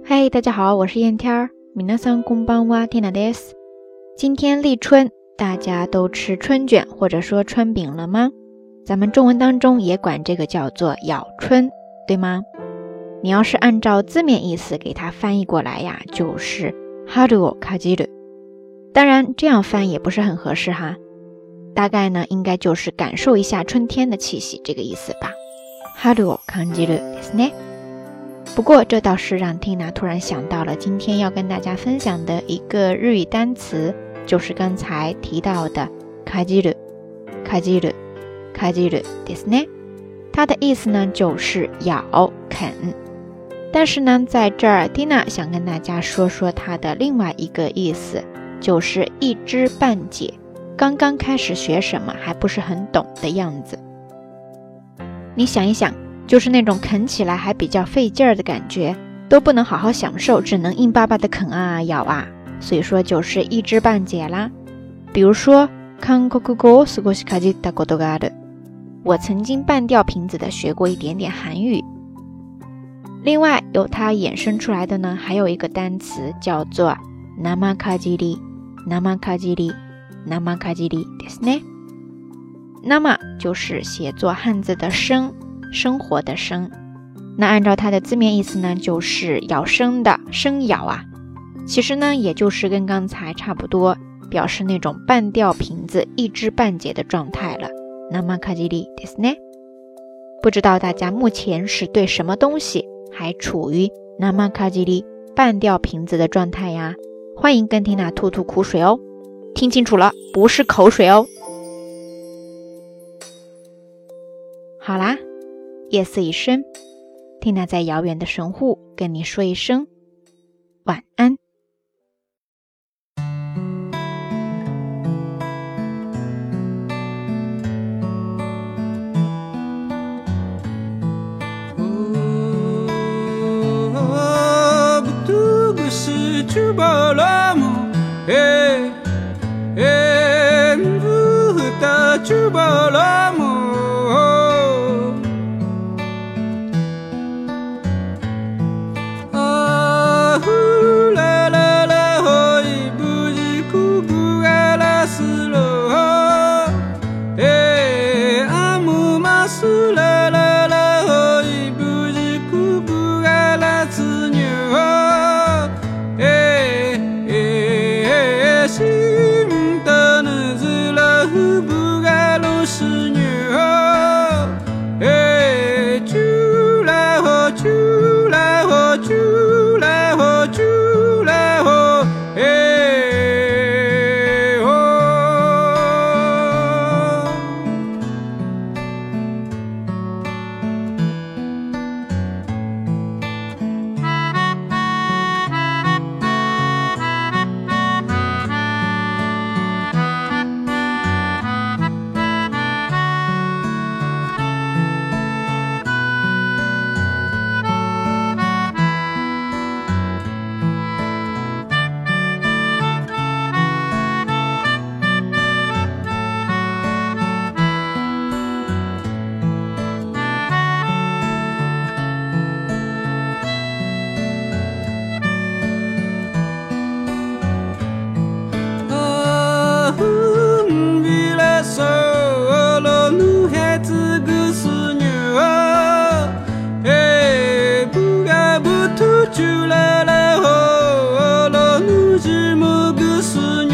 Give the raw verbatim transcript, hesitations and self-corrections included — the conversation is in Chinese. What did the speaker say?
嗨，大家好，我是燕天儿。皆さんこんばんは、ティナです。今天立春，大家都吃春卷或者说春饼了吗？咱们中文当中也管这个叫做咬春，对吗？你要是按照字面意思给它翻译过来呀，就是春を感じる。当然，这样翻也不是很合适哈。大概呢，应该就是感受一下春天的气息，这个意思吧。春を感じるですね。不过这倒是让 Tina 突然想到了今天要跟大家分享的一个日语单词，就是刚才提到的感じる、感じる、感じるですね。它的意思呢就是咬、啃。但是呢，在这儿 Tina 想跟大家说说它的另外一个意思，就是一知半解，刚刚开始学什么还不是很懂的样子。你想一想，就是那种啃起来还比较费劲儿的感觉，都不能好好享受，只能硬巴巴的啃啊咬啊，所以说就是一知半解啦。比如说韓国語を少しかじったことがある，我曾经半吊瓶子的学过一点点韩语。另外由它衍生出来的呢，还有一个单词叫做生かじり、生かじり、生かじりですね。生就是写作汉字的生，生活的生，那按照它的字面意思呢，就是咬生的，生咬啊。其实呢，也就是跟刚才差不多，表示那种半吊瓶子、一知半解的状态了。生かじりですね。不知道大家目前是对什么东西还处于生かじり、半吊瓶子的状态呀？欢迎跟 Tina 吐吐苦水哦。听清楚了，不是口水哦。好啦，夜色已深， Tina 在遥远的神户跟你说一声晚安。 Chula la ho lo nu ji mo gu su